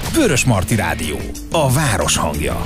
Vörösmarty Rádió, a város hangja.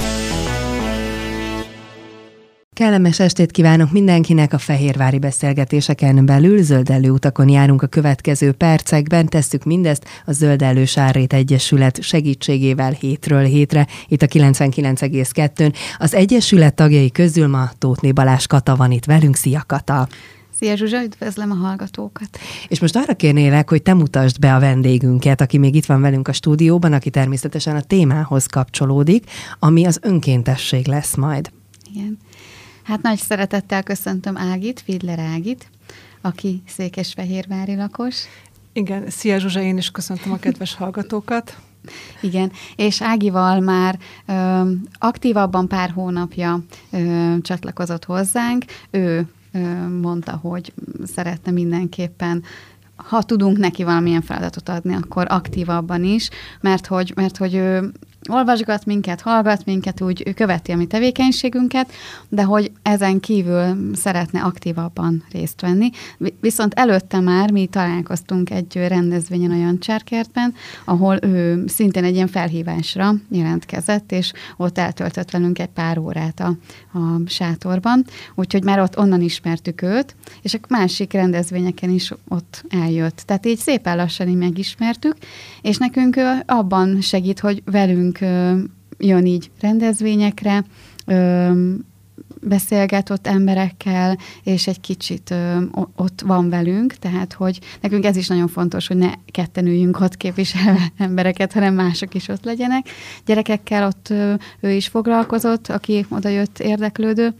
Kellemes estét kívánok mindenkinek, a fehérvári beszélgetéseken belül zöldellő utakon járunk a következő percekben, tesszük mindezt a Zöldellő Sárrét Egyesület segítségével hétről hétre, itt a 99,2-n. Az Egyesület tagjai közül ma Tóthné Balázs Kata van itt velünk. Szia, Kata! Szia, Zsuzsa, üdvözlöm a hallgatókat! És most arra kérnélek, hogy te mutasd be a vendégünket, aki még itt van velünk a stúdióban, aki természetesen a témához kapcsolódik, ami az önkéntesség lesz majd. Igen. Hát nagy szeretettel köszöntöm Ágit, Fiedler Ágit, aki székesfehérvári lakos. Igen, szia Zsuzsa, én is köszöntöm a kedves hallgatókat. Igen, és Ágival már aktívabban pár hónapja csatlakozott hozzánk. Ő mondta, hogy szeretne mindenképpen, ha tudunk neki valamilyen feladatot adni, akkor aktívabban is, mert hogy ő olvasgat minket, hallgat minket, úgy követi a mi tevékenységünket, de hogy ezen kívül szeretne aktívabban részt venni. Viszont előtte már mi találkoztunk egy rendezvényen a Jancsárkertben, ahol ő szintén egy ilyen felhívásra jelentkezett, és ott eltöltött velünk egy pár órát a sátorban, úgyhogy már ott onnan ismertük őt, és a másik rendezvényeken is ott eljött. Tehát így szépen lassan így megismertük, és nekünk abban segít, hogy velünk jön így rendezvényekre, beszélget ott emberekkel, és egy kicsit ott van velünk, tehát hogy nekünk ez is nagyon fontos, hogy ne ketten üljünk ott képviselve embereket, hanem mások is ott legyenek. Gyerekekkel ott ő is foglalkozott, aki oda jött érdeklődő.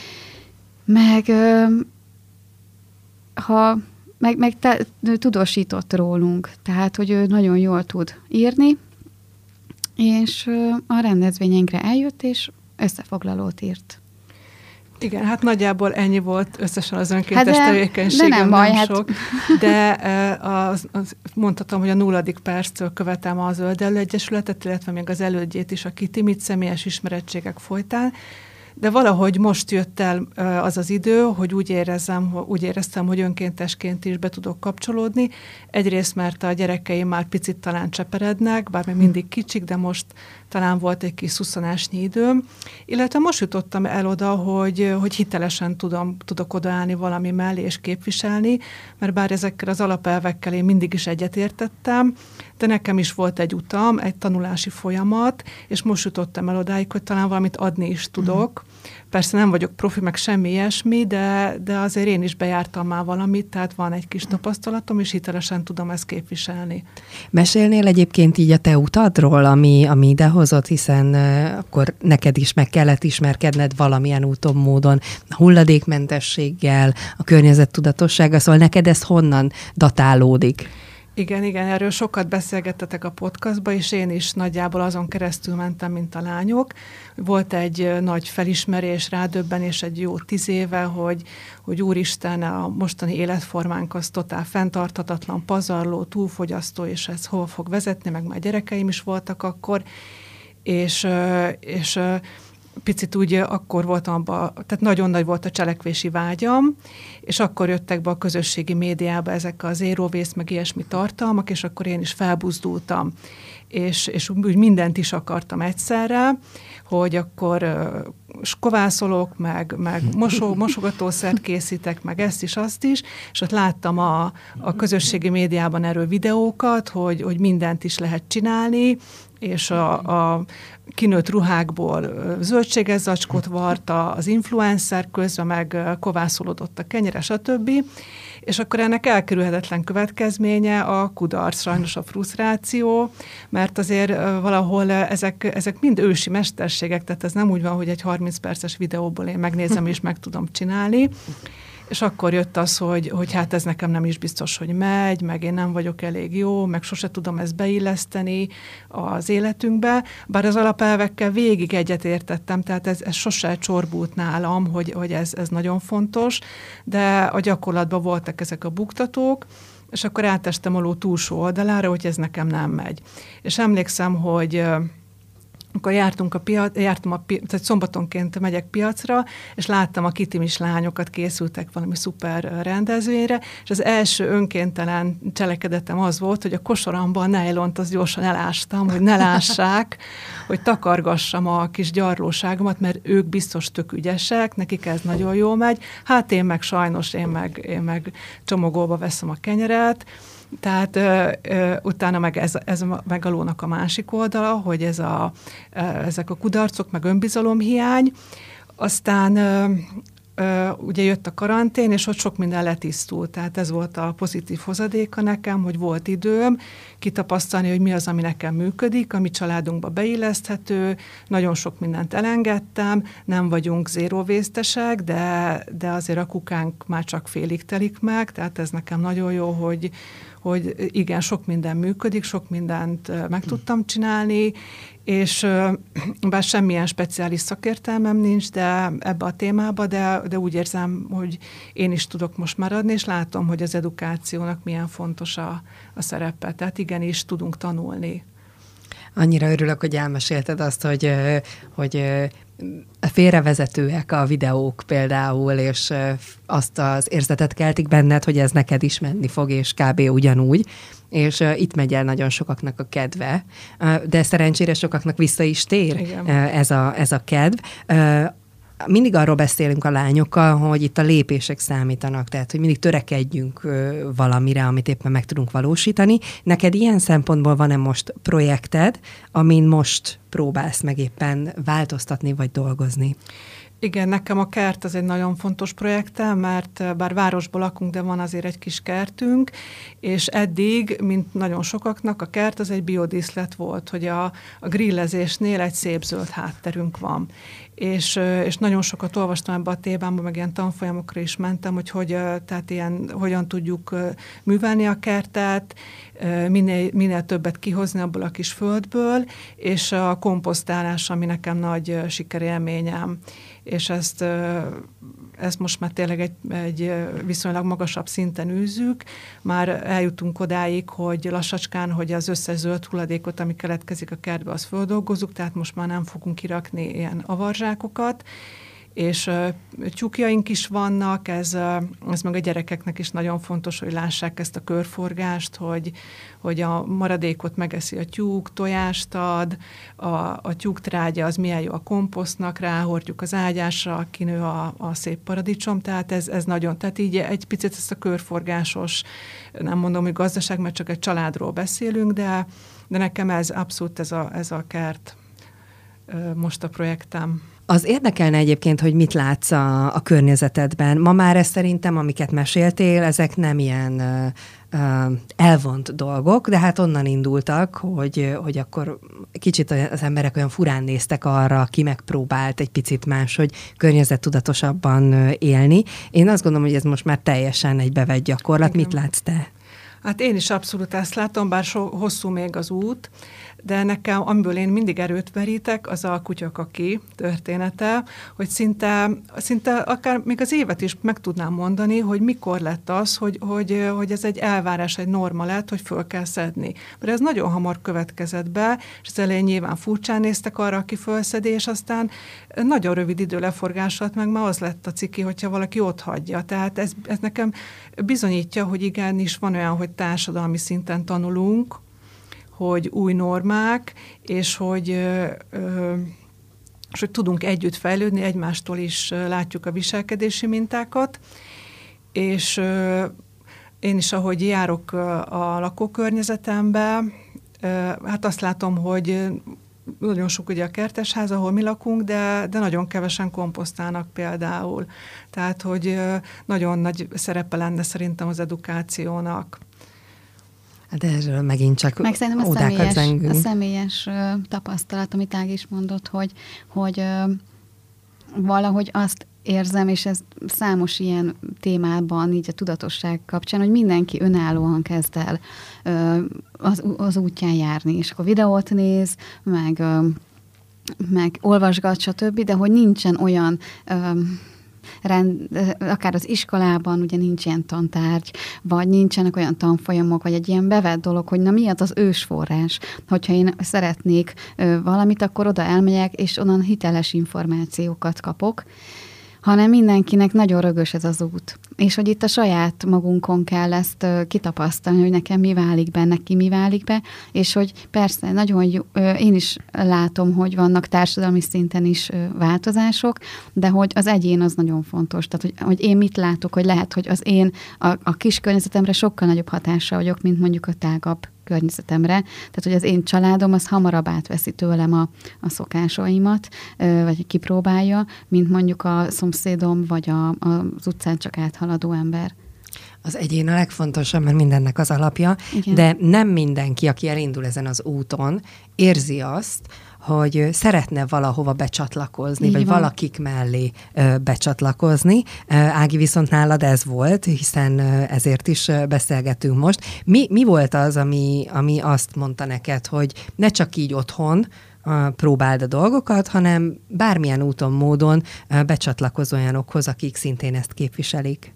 Meg tudósított rólunk, tehát hogy ő nagyon jól tud írni, és a rendezvényünkre eljött, és összefoglalót írt. Igen, hát nagyjából ennyi volt összesen az önkéntes tevékenységem, nem baj, sok, de mondhatom, hogy a 0. perctől követem a Zöldellő Egyesületet, illetve még az elődjét is, a Kitimit személyes ismerettségek folytán, de valahogy most jött el az az idő, hogy úgy éreztem, hogy önkéntesként is be tudok kapcsolódni. Egyrészt, mert a gyerekeim már picit talán cseperednek, bár még mindig kicsik, de most talán volt egy kis szusszanásnyi időm. Illetve most jutottam el oda, hogy hitelesen tudok odaállni valami mellé és képviselni, mert bár ezekkel az alapelvekkel én mindig is egyetértettem, de nekem is volt egy utam, egy tanulási folyamat, és most jutottam el odáig, hogy talán valamit adni is tudok. Persze nem vagyok profi, meg semmi ilyesmi, de azért én is bejártam már valamit, tehát van egy kis tapasztalatom, és hitelesen tudom ezt képviselni. Mesélnél egyébként így a te utadról, ami idehozott, hiszen akkor neked is meg kellett ismerkedned valamilyen úton, módon, a hulladékmentességgel, a környezettudatossággal, szóval neked ez honnan datálódik? Igen, erről sokat beszélgettetek a podcastba, és én is nagyjából azon keresztül mentem, mint a lányok. Volt egy nagy felismerés, rádöbbenés egy jó 10 éve, hogy úristen, a mostani életformánk az totál fenntarthatatlan, pazarló, túlfogyasztó, és ez hol fog vezetni, meg már gyerekeim is voltak akkor, és picit úgy akkor voltam abban, tehát nagyon nagy volt a cselekvési vágyam, és akkor jöttek be a közösségi médiába ezek az zero waste, meg ilyesmi tartalmak, és akkor én is felbuzdultam, és úgy mindent is akartam egyszerre, hogy akkor kovászolok, meg mosogatószert készítek, meg ezt is, azt is, és ott láttam a közösségi médiában erről videókat, hogy mindent is lehet csinálni, és a kinőtt ruhákból zöldséges zacskót varta, az influencer közben meg kovászolódott a kenyere, stb. És akkor ennek elkerülhetetlen következménye a kudarc, sajnos a frusztráció, mert azért valahol ezek mind ősi mesterségek, tehát ez nem úgy van, hogy egy 30 perces videóból én megnézem és meg tudom csinálni. És akkor jött az, hogy hát ez nekem nem is biztos, hogy megy, meg én nem vagyok elég jó, meg sose tudom ezt beilleszteni az életünkbe. Bár az alapelvekkel végig egyetértettem, tehát ez sose csorbult nálam, hogy ez nagyon fontos, de a gyakorlatban voltak ezek a buktatók, és akkor átestem a ló túlsó oldalára, hogy ez nekem nem megy. És emlékszem, hogy amikor tehát szombatonként megyek piacra, és láttam a kitimis lányokat, készültek valami szuper rendezvényre, és az első önkéntelen cselekedetem az volt, hogy a kosaramban a nejlont azt gyorsan elástam, hogy ne lássák, hogy takargassam a kis gyarlóságomat, mert ők biztos tök ügyesek, nekik ez nagyon jól megy, hát én meg sajnos, én meg csomagolva veszem a kenyeret. Tehát utána meg ez meg a lónak a másik oldala, hogy ezek a kudarcok, meg önbizalomhiány. Aztán ugye jött a karantén, és ott sok minden letisztult. Tehát ez volt a pozitív hozadéka nekem, hogy volt időm kitapasztalni, hogy mi az, ami nekem működik, ami családunkba beilleszthető, nagyon sok mindent elengedtem, nem vagyunk zéróvésztesek, de azért a kukánk már csak félig telik meg, tehát ez nekem nagyon jó, hogy igen, sok minden működik, sok mindent meg tudtam csinálni, és bár semmilyen speciális szakértelmem nincs ebbe a témába, de úgy érzem, hogy én is tudok most maradni, és látom, hogy az edukációnak milyen fontos a szerepe. Tehát igenis tudunk tanulni. Annyira örülök, hogy elmesélted azt, hogy félrevezetőek a videók például, és azt az érzetet keltik benned, hogy ez neked is menni fog, és kb. Ugyanúgy. És itt megy el nagyon sokaknak a kedve, de szerencsére sokaknak vissza is tér ez a kedv. Mindig arról beszélünk a lányokkal, hogy itt a lépések számítanak, tehát hogy mindig törekedjünk valamire, amit éppen meg tudunk valósítani. Neked ilyen szempontból van-e most projekted, amin most próbálsz meg éppen változtatni vagy dolgozni? Igen, nekem a kert az egy nagyon fontos projektem, mert bár városból lakunk, de van azért egy kis kertünk, és eddig, mint nagyon sokaknak, a kert az egy biodíszlet volt, hogy a grillezésnél egy szép zöld hátterünk van. És nagyon sokat olvastam ebbe a témába, meg ilyen tanfolyamokra is mentem, hogy hogyan tudjuk művelni a kertet, minél többet kihozni abból a kis földből, és a komposztálás, ami nekem nagy sikerélményem. És ezt most már tényleg egy viszonylag magasabb szinten űzzük. Már eljutunk odáig, hogy lassacskán, hogy az összes zöld hulladékot, ami keletkezik a kertbe, azt földolgozzuk, tehát most már nem fogunk kirakni ilyen avarzsákokat, és tyúkjaink is vannak, ez meg a gyerekeknek is nagyon fontos, hogy lássák ezt a körforgást, hogy a maradékot megeszi a tyúk, tojást ad, a tyúktrágya az milyen jó a komposztnak, ráhordjuk az ágyásra, kinő a szép paradicsom, tehát ez nagyon, tehát így egy picit ezt a körforgásos, nem mondom, hogy gazdaság, mert csak egy családról beszélünk, de nekem ez abszolút ez a kert most a projektem. Az érdekelne egyébként, hogy mit látsz a környezetedben. Ma már ez szerintem, amiket meséltél, ezek nem ilyen elvont dolgok, de hát onnan indultak, hogy akkor kicsit az emberek olyan furán néztek arra, ki megpróbált egy picit máshogy környezettudatosabban élni. Én azt gondolom, hogy ez most már teljesen egy bevett gyakorlat. Igen. Mit látsz te? Hát én is abszolút ezt látom, bár hosszú még az út, de nekem, amiből én mindig erőt merítek, az a kutyakaki története, hogy szinte akár még az évet is meg tudnám mondani, hogy mikor lett az, hogy ez egy elvárás, egy norma lett, hogy föl kell szedni. Mert ez nagyon hamar következett be, és az elején nyilván furcsán néztek arra, aki fölszedi, és aztán nagyon rövid idő leforgás alatt meg már az lett a ciki, hogyha valaki ott hagyja. Tehát ez nekem bizonyítja, hogy igenis van olyan, hogy társadalmi szinten tanulunk, hogy új normák, és hogy tudunk együtt fejlődni, egymástól is látjuk a viselkedési mintákat, és én is, ahogy járok a lakókörnyezetembe, hát azt látom, hogy nagyon sok ugye a kertesház, ahol mi lakunk, de nagyon kevesen komposztálnak például. Tehát, hogy nagyon nagy szerepe lenne szerintem az edukációnak. De erről megint csak meg szerintem ódákat zengünk. A személyes tapasztalat, amit Ági is mondott, hogy valahogy azt érzem, és ez számos ilyen témában, így a tudatosság kapcsán, hogy mindenki önállóan kezd el az útján járni, és akkor videót néz, meg olvasgat, stb., de hogy nincsen olyan akár az iskolában ugye nincs ilyen tantárgy, vagy nincsenek olyan tanfolyamok, vagy egy ilyen bevett dolog, hogy na mi az ősforrás. Hogyha én szeretnék valamit, akkor oda elmegyek, és onnan hiteles információkat kapok, hanem mindenkinek nagyon rögös ez az út. És hogy itt a saját magunkon kell ezt kitapasztalni, hogy nekem mi válik be, neki mi válik be, és hogy persze nagyon jó, én is látom, hogy vannak társadalmi szinten is változások, de hogy az egyén az nagyon fontos. Tehát, hogy én mit látok, hogy lehet, hogy az én a kis környezetemre sokkal nagyobb hatással vagyok, mint mondjuk a tágabb környezetemre. Tehát, hogy az én családom az hamarabb átveszi tőlem a szokásaimat, vagy kipróbálja, mint mondjuk a szomszédom, vagy az utcán csak áthaladó ember. Az egyén a legfontosabb, mert mindennek az alapja, igen. De nem mindenki, aki elindul ezen az úton, érzi azt, hogy szeretne valahova becsatlakozni, vagy valakik mellé becsatlakozni. Ági, viszont nálad ez volt, hiszen ezért is beszélgetünk most. Mi volt az, ami azt mondta neked, hogy ne csak így otthon próbáld a dolgokat, hanem bármilyen úton, módon becsatlakozz olyanokhoz, akik szintén ezt képviselik?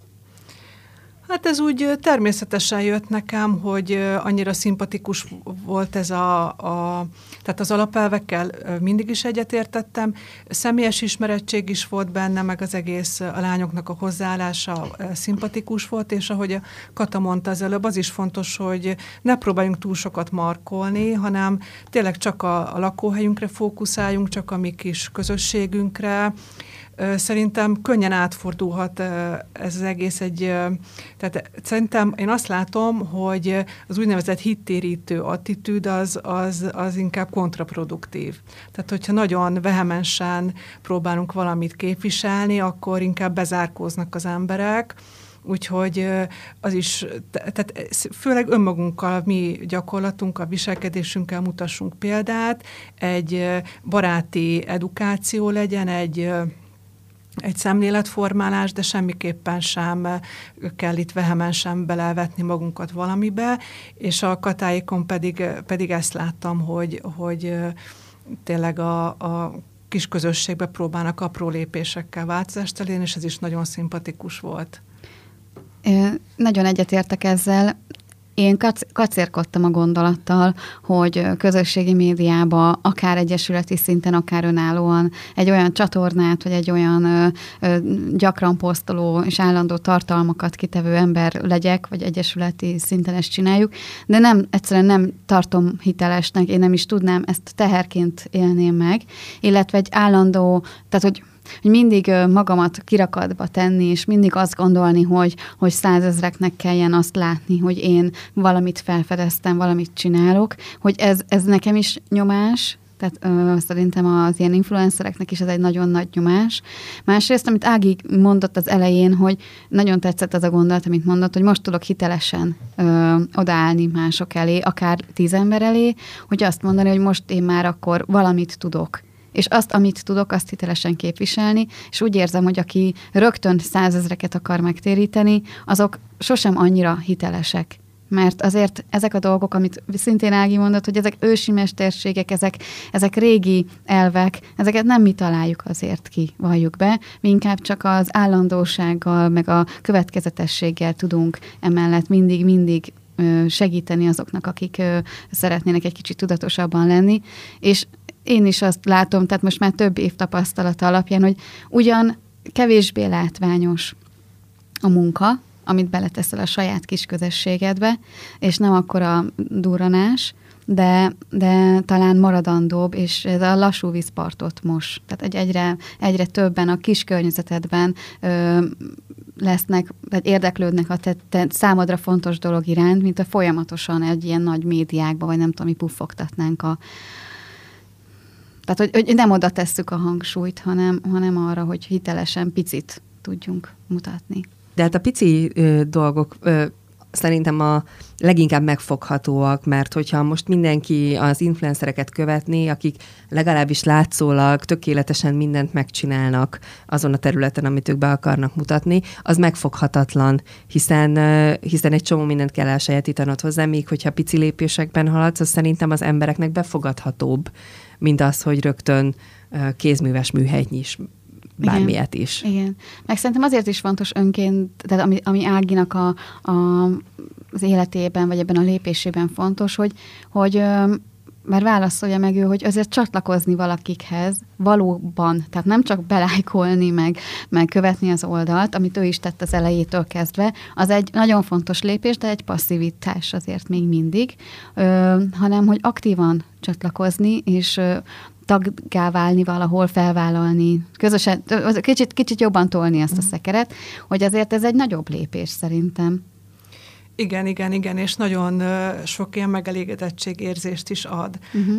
Hát ez úgy természetesen jött nekem, hogy annyira szimpatikus volt ez tehát az alapelvekkel mindig is egyetértettem. Személyes ismerettség is volt benne, meg az egész a lányoknak a hozzáállása szimpatikus volt, és ahogy a Kata mondta az előbb, az is fontos, hogy ne próbáljunk túl sokat markolni, hanem tényleg csak a lakóhelyünkre fókuszáljunk, csak a mi kis közösségünkre. Szerintem könnyen átfordulhat ez az egész tehát szerintem én azt látom, hogy az úgynevezett hittérítő attitűd az inkább kontraproduktív. Tehát, hogyha nagyon vehemensen próbálunk valamit képviselni, akkor inkább bezárkóznak az emberek. Úgyhogy az is, tehát főleg önmagunkkal, a mi gyakorlatunkkal, viselkedésünkkel mutassunk példát, egy baráti edukáció legyen, egy szemléletformálás, de semmiképpen sem kell itt vehemensen belevetni magunkat valamibe, és a Katáikon pedig ezt láttam, hogy tényleg a kis közösségbe próbálnak apró lépésekkel változást elérni, és ez is nagyon szimpatikus volt. Nagyon egyetértek ezzel. Én kacérkodtam a gondolattal, hogy közösségi médiába, akár egyesületi szinten, akár önállóan egy olyan csatornát, vagy egy olyan gyakran posztoló és állandó tartalmakat kitevő ember legyek, vagy egyesületi szinten ezt csináljuk, de egyszerűen nem tartom hitelesnek, én nem is tudnám, ezt teherként élném meg, illetve egy állandó, tehát hogy mindig magamat kirakatba tenni, és mindig azt gondolni, hogy 100 000-eknek kelljen azt látni, hogy én valamit felfedeztem, valamit csinálok, hogy ez nekem is nyomás, tehát szerintem az ilyen influencereknek is ez egy nagyon nagy nyomás. Másrészt, amit Ági mondott az elején, hogy nagyon tetszett az a gondolat, amit mondott, hogy most tudok hitelesen odaállni mások elé, akár 10 ember elé, hogy azt mondani, hogy most én már akkor valamit tudok. És azt, amit tudok, azt hitelesen képviselni, és úgy érzem, hogy aki rögtön 100 000-eket akar megtéríteni, azok sosem annyira hitelesek. Mert azért ezek a dolgok, amit szintén Ági mondott, hogy ezek ősi mesterségek, ezek régi elvek, ezeket nem mi találjuk azért ki, valljuk be, mi inkább csak az állandósággal, meg a következetességgel tudunk emellett mindig segíteni azoknak, akik szeretnének egy kicsit tudatosabban lenni, és én is azt látom, tehát most már több év tapasztalata alapján, hogy ugyan kevésbé látványos a munka, amit beleteszel a saját kis közösségedbe, és nem akkora durranás, de talán maradandóbb, és ez a lassú vízpartot mos. Tehát egyre többen a kis környezetedben lesznek, vagy érdeklődnek a te számodra fontos dolog iránt, mint a folyamatosan egy ilyen nagy médiákba, vagy nem tudom, mi puffogtatnánk tehát, hogy nem oda tesszük a hangsúlyt, hanem arra, hogy hitelesen picit tudjunk mutatni. De hát a pici dolgok szerintem a leginkább megfoghatóak, mert hogyha most mindenki az influencereket követné, akik legalábbis látszólag tökéletesen mindent megcsinálnak azon a területen, amit ők be akarnak mutatni, az megfoghatatlan, hiszen egy csomó mindent kell elsajátítanod hozzá, míg hogyha pici lépésekben haladsz, az szerintem az embereknek befogadhatóbb, mint az, hogy rögtön kézműves műhelyt nyis bármilyet is. Igen. Meg szerintem azért is fontos önként, tehát ami Áginak az életében, vagy ebben a lépésében fontos, hogy már válaszolja meg ő, hogy azért csatlakozni valakikhez valóban, tehát nem csak belájkolni, meg követni az oldalt, amit ő is tett az elejétől kezdve, az egy nagyon fontos lépés, de egy passzivitás azért még mindig, hanem hogy aktívan csatlakozni, és taggá válni valahol, felvállalni, közösen, kicsit jobban tolni ezt a szekeret, hogy azért ez egy nagyobb lépés szerintem. Igen, és nagyon sok ilyen megelégedettségérzést is ad.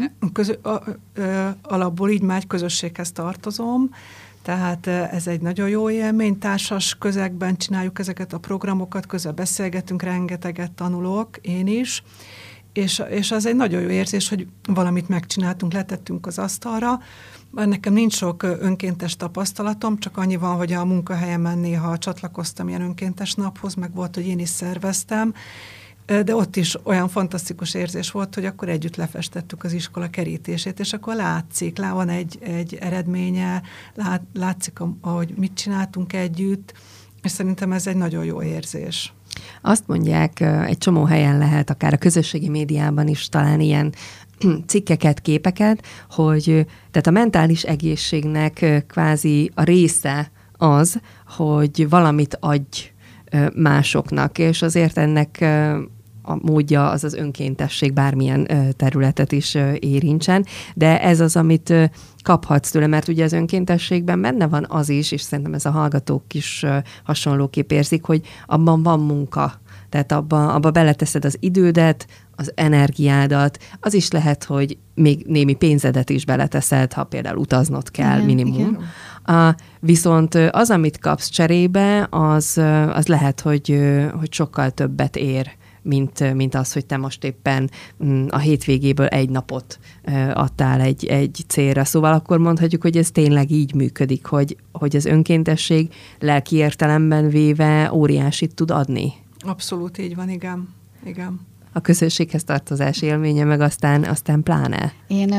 Alapból így már egy közösséghez tartozom, tehát ez egy nagyon jó élmény, társas közegben csináljuk ezeket a programokat, közben beszélgetünk, rengeteget tanulok, én is, és az egy nagyon jó érzés, hogy valamit megcsináltunk, letettünk az asztalra. Nekem nincs sok önkéntes tapasztalatom, csak annyi van, hogy a munkahelyemen néha csatlakoztam ilyen önkéntes naphoz, meg volt, hogy én is szerveztem, de ott is olyan fantasztikus érzés volt, hogy akkor együtt lefestettük az iskola kerítését, és akkor látszik, van egy eredménye, látszik, ahogy mit csináltunk együtt, és szerintem ez egy nagyon jó érzés. Azt mondják, egy csomó helyen lehet, akár a közösségi médiában is talán ilyen cikkeket, képeket, hogy tehát a mentális egészségnek kvázi a része az, hogy valamit adj másoknak, és azért ennek a módja az az önkéntesség, bármilyen területet is érintsen, de ez az, amit kaphatsz tőle, mert ugye az önkéntességben benne van az is, és szerintem ez a hallgatók is hasonlóképp érzik, hogy abban van munka. Tehát abba beleteszed az idődet, az energiádat, az is lehet, hogy még némi pénzedet is beleteszed, ha például utaznod kell, igen, minimum. Igen. Viszont az, amit kapsz cserébe, az lehet, hogy sokkal többet ér, mint az, hogy te most éppen a hétvégéből egy napot adtál egy célra. Szóval akkor mondhatjuk, hogy ez tényleg így működik, hogy az önkéntesség lelki értelemben véve óriásit tud adni. Abszolút így van, igen. A közösséghez tartozás élménye meg aztán pláne. Én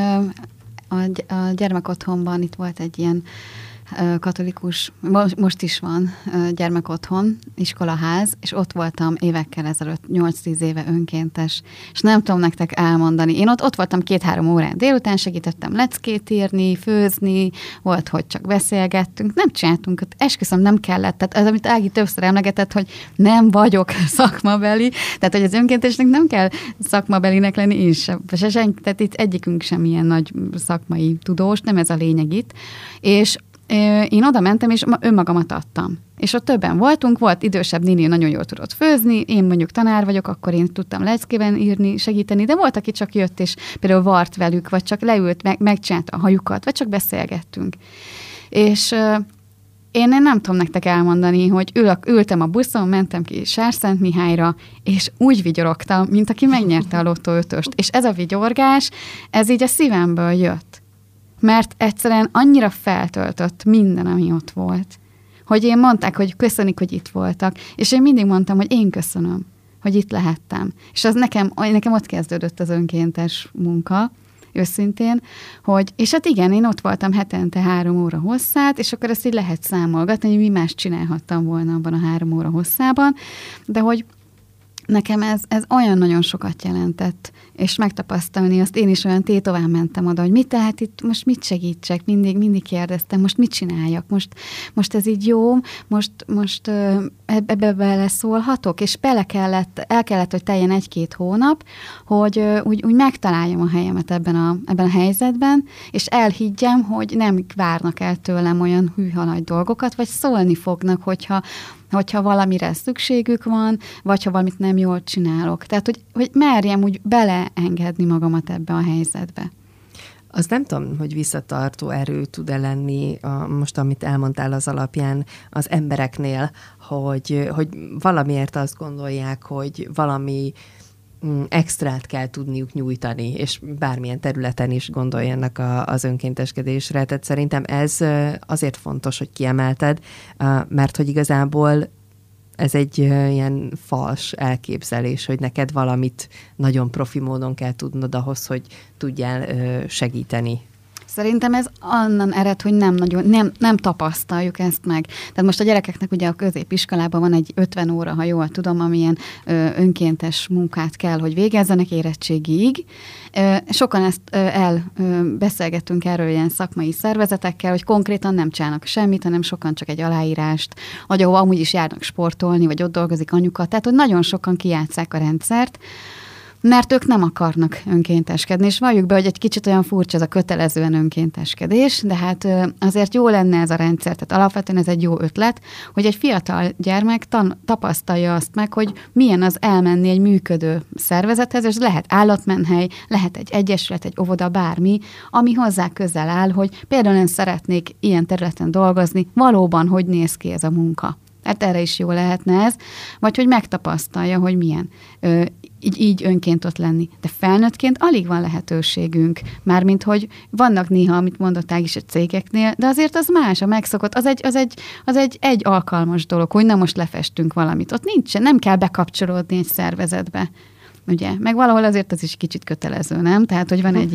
a gyermekotthonban itt volt egy ilyen katolikus, most is van gyermekotthon, iskolaház, és ott voltam évekkel ezelőtt, 8-10 éve önkéntes, és nem tudom nektek elmondani. Én ott voltam 2-3 órán délután, segítettem leckét írni, főzni, volt, hogy csak beszélgettünk, nem csináltunk, esküszöm, nem kellett. Tehát az, amit Ági többször emlegetett, hogy nem vagyok szakmabeli, tehát hogy az önkéntesnek nem kell szakmabelinek lenni, én sem, tehát itt egyikünk sem ilyen nagy szakmai tudós, nem ez a lényeg itt, és én oda mentem, és önmagamat adtam. És ott többen voltunk, volt idősebb néni, nagyon jól tudott főzni, én mondjuk tanár vagyok, akkor én tudtam leckében írni, segíteni, de volt, aki csak jött, és például vart velük, vagy csak leült, megcsinálta a hajukat, vagy csak beszélgettünk. És én nem tudom nektek elmondani, hogy ültem a buszon, mentem ki Sárszentmihályra, és úgy vigyorogtam, mint aki megnyerte a Lottó 5-öst. És ez a vigyorgás, ez így a szívemből jött. Mert egyszerűen annyira feltöltött minden, ami ott volt, hogy én mondták, hogy köszönik, hogy itt voltak, és én mindig mondtam, hogy én köszönöm, hogy itt lehettem. És az nekem ott kezdődött az önkéntes munka, őszintén, és hát igen, én ott voltam hetente 3 óra hosszát, és akkor ezt így lehet számolgatni, hogy mi más csinálhattam volna abban a 3 óra hosszában, de hogy nekem ez olyan nagyon sokat jelentett, és megtapasztalni azt, én is olyan tétován mentem oda, hogy mit tehát itt, most mit segítsek, mindig kérdeztem, most mit csináljak, most ez így jó, most ebbe beleszólhatok, és el kellett, hogy teljen 1-2 hónap, hogy úgy megtaláljam a helyemet ebben a helyzetben, és elhiggyem, hogy nem várnak el tőlem olyan hűha nagy dolgokat, vagy szólni fognak, hogyha valamire szükségük van, vagy ha valamit nem jól csinálok. Tehát, hogy merjem úgy beleengedni magamat ebbe a helyzetbe. Az nem tudom, hogy visszatartó erő tud-e lenni most, amit elmondtál az alapján az embereknél, hogy valamiért azt gondolják, hogy valami extrát kell tudniuk nyújtani, és bármilyen területen is gondoljanak az önkénteskedésre. Tehát szerintem ez azért fontos, hogy kiemelted, mert hogy igazából ez egy ilyen fals elképzelés, hogy neked valamit nagyon profi módon kell tudnod ahhoz, hogy tudjál segíteni. Szerintem ez onnan ered, hogy nem tapasztaljuk ezt meg. Tehát most a gyerekeknek ugye a középiskolában van egy 50 óra, ha jól tudom, amilyen önkéntes munkát kell, hogy végezzenek érettségig. Sokan ezt beszélgettünk erről ilyen szakmai szervezetekkel, hogy konkrétan nem csinálnak semmit, hanem sokan csak egy aláírást, vagy ahol amúgy is járnak sportolni, vagy ott dolgozik anyuka. Tehát, hogy nagyon sokan kijátsszák a rendszert, mert ők nem akarnak önkénteskedni, és valljuk be, hogy egy kicsit olyan furcsa ez a kötelezően önkénteskedés, de hát azért jó lenne ez a rendszer, tehát alapvetően ez egy jó ötlet, hogy egy fiatal gyermek tapasztalja azt meg, hogy milyen az elmenni egy működő szervezethez, és lehet állatmenhely, lehet egy egyesület, egy óvoda, bármi, ami hozzá közel áll, hogy például én szeretnék ilyen területen dolgozni, valóban hogy néz ki ez a munka. Hát erre is jó lehetne ez, vagy hogy megtapasztalja, hogy milyen így önként ott lenni. De felnőttként alig van lehetőségünk, mármint hogy vannak néha, amit mondottál is a cégeknél, de azért az más, a megszokott, az egy alkalmas dolog, hogy na most lefestünk valamit. Ott nincsen, nem kell bekapcsolódni egy szervezetbe. Ugye? Meg valahol azért az is kicsit kötelező, nem? Tehát, hogy van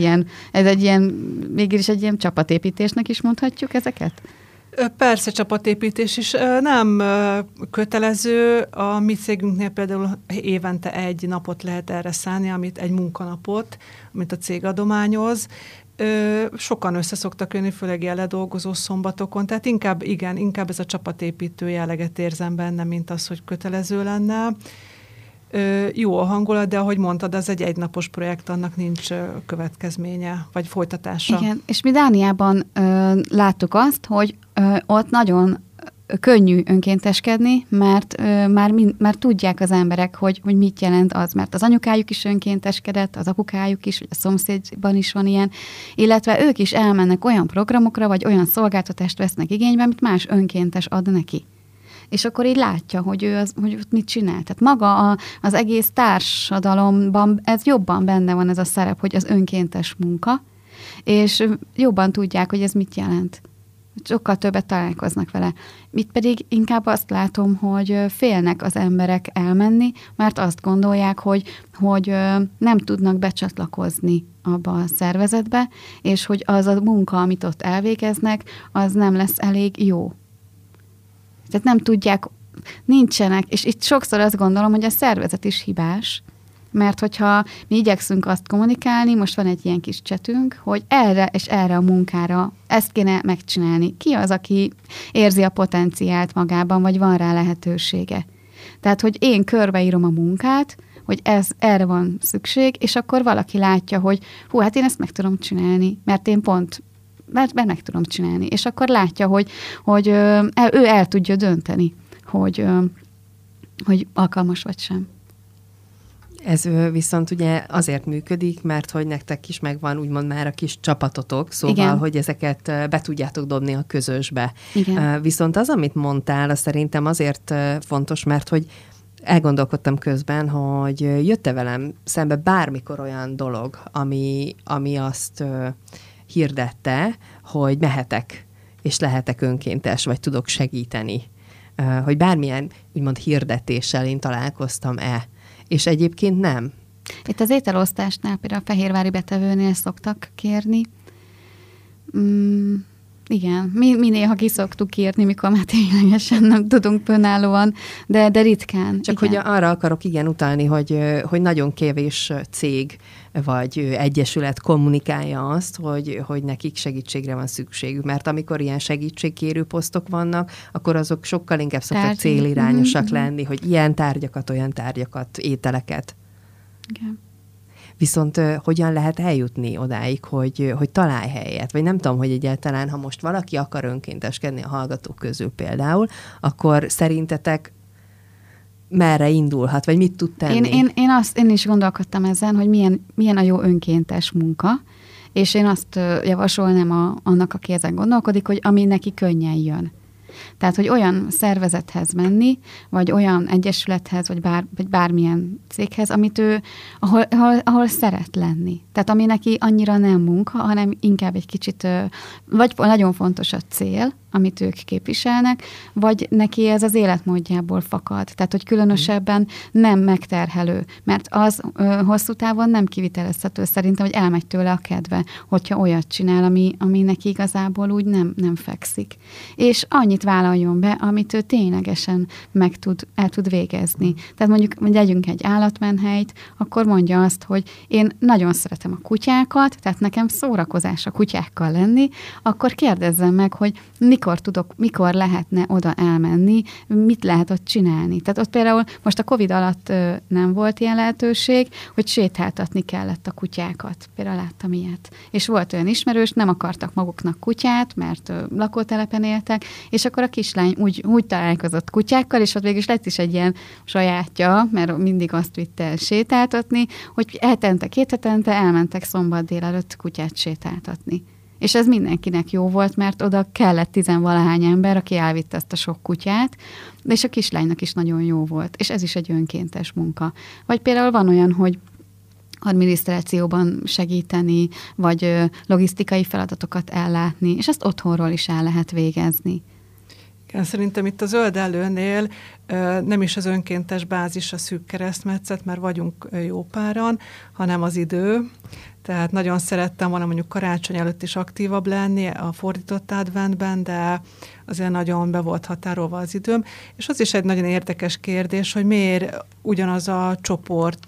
mégis egy ilyen csapatépítésnek is mondhatjuk ezeket? Persze, csapatépítés is nem kötelező. A mi cégünknél például évente egy napot lehet erre szállni, egy munkanapot, amit a cég adományoz. Sokan össze szoktak jönni, főleg jeledolgozó szombatokon, tehát inkább ez a csapatépítő jelleget érzem benne, mint az, hogy kötelező lenne. Jó a hangulat, de ahogy mondtad, az egy egynapos projekt, annak nincs következménye, vagy folytatása. Igen, és mi Dániában láttuk azt, hogy ott nagyon könnyű önkénteskedni, mert már tudják az emberek, hogy mit jelent az, mert az anyukájuk is önkénteskedett, az apukájuk is, vagy a szomszédban is van ilyen, illetve ők is elmennek olyan programokra, vagy olyan szolgáltatást vesznek igénybe, amit más önkéntes ad neki. És akkor így látja, hogy hogy mit csinál. Tehát maga az egész társadalomban ez jobban benne van ez a szerep, hogy az önkéntes munka, és jobban tudják, hogy ez mit jelent. Sokkal többet találkoznak vele. Mit pedig inkább azt látom, hogy félnek az emberek elmenni, mert azt gondolják, hogy nem tudnak becsatlakozni abba a szervezetbe, és hogy az a munka, amit ott elvégeznek, az nem lesz elég jó. Tehát nem tudják, nincsenek, és itt sokszor azt gondolom, hogy a szervezet is hibás, mert hogyha mi igyekszünk azt kommunikálni, most van egy ilyen kis csetünk, hogy erre és erre a munkára ezt kéne megcsinálni. Ki az, aki érzi a potenciált magában, vagy van rá lehetősége? Tehát, hogy én körbeírom a munkát, hogy erre van szükség, és akkor valaki látja, hogy hát én ezt meg tudom csinálni, mert én mert meg tudom csinálni. És akkor látja, hogy ő el tudja dönteni, hogy alkalmas vagy sem. Ez viszont ugye azért működik, mert hogy nektek is megvan úgymond már a kis csapatotok, szóval, igen, hogy ezeket be tudjátok dobni a közösbe. Igen. Viszont az, amit mondtál, az szerintem azért fontos, mert hogy elgondolkodtam közben, hogy jött-e velem szembe bármikor olyan dolog, ami azt hirdette, hogy mehetek, és lehetek önkéntes, vagy tudok segíteni. Hogy bármilyen úgymond hirdetéssel én találkoztam-e. És egyébként nem. Itt az ételosztásnál például a fehérvári betevőnél szoktak kérni. Igen, mi néha ki szoktuk írni, mikor már ténylegesen nem tudunk önállóan, de ritkán. Csak igen, hogy arra akarok utalni, hogy nagyon kevés cég vagy egyesület kommunikálja azt, hogy nekik segítségre van szükségük. Mert amikor ilyen segítségkérő posztok vannak, akkor azok sokkal inkább szoktak célirányosak lenni, hogy ilyen tárgyakat, olyan tárgyakat, ételeket. Igen. Viszont hogyan lehet eljutni odáig, hogy találj helyet? Vagy nem tudom, hogy egyáltalán, ha most valaki akar önkénteskedni a hallgatók közül például, akkor szerintetek merre indulhat, vagy mit tud tenni? Én is gondolkodtam ezen, hogy milyen a jó önkéntes munka, és én azt javasolnám annak, aki ezen gondolkodik, hogy ami neki könnyen jön. Tehát, hogy olyan szervezethez menni, vagy olyan egyesülethez, vagy bármilyen céghez, amit ő, ahol szeret lenni. Tehát, ami neki annyira nem munka, hanem inkább egy kicsit, vagy nagyon fontos a cél, amit ők képviselnek, vagy neki ez az életmódjából fakad. Tehát, hogy különösebben nem megterhelő, mert az hosszú távon nem kivitelezhető szerintem, hogy elmegy tőle a kedve, hogyha olyat csinál, ami neki igazából úgy nem fekszik. És annyit vállaljon be, amit ő ténylegesen el tud végezni. Tehát mondjuk, hogy legyünk egy állatmenhelyt, akkor mondja azt, hogy én nagyon szeretem a kutyákat, tehát nekem szórakozás a kutyákkal lenni, akkor kérdezzem meg, hogy mikor lehetne oda elmenni, mit lehet ott csinálni. Tehát ott például most a Covid alatt nem volt ilyen lehetőség, hogy sétáltatni kellett a kutyákat. Például láttam ilyet. És volt olyan ismerős, nem akartak maguknak kutyát, mert lakótelepen éltek, és akkor a kislány úgy találkozott kutyákkal, és ott végül is lett is egy ilyen sajátja, mert mindig azt vitte el sétáltatni, hogy két hetente elmentek szombat délelőtt kutyát sétáltatni. És ez mindenkinek jó volt, mert oda kellett 10-valahány ember, aki elvitte ezt a sok kutyát, és a kislánynak is nagyon jó volt. És ez is egy önkéntes munka. Vagy például van olyan, hogy adminisztrációban segíteni, vagy logisztikai feladatokat ellátni, és ezt otthonról is el lehet végezni. Igen, szerintem itt a Zöld Előnél nem is az önkéntes bázis a szűk keresztmetszet, mert vagyunk jó páran, hanem az idő. Tehát nagyon szerettem volna mondjuk karácsony előtt is aktívabb lenni a fordított adventben, de azért nagyon be volt határolva az időm. És az is egy nagyon érdekes kérdés, hogy miért ugyanaz a csoport,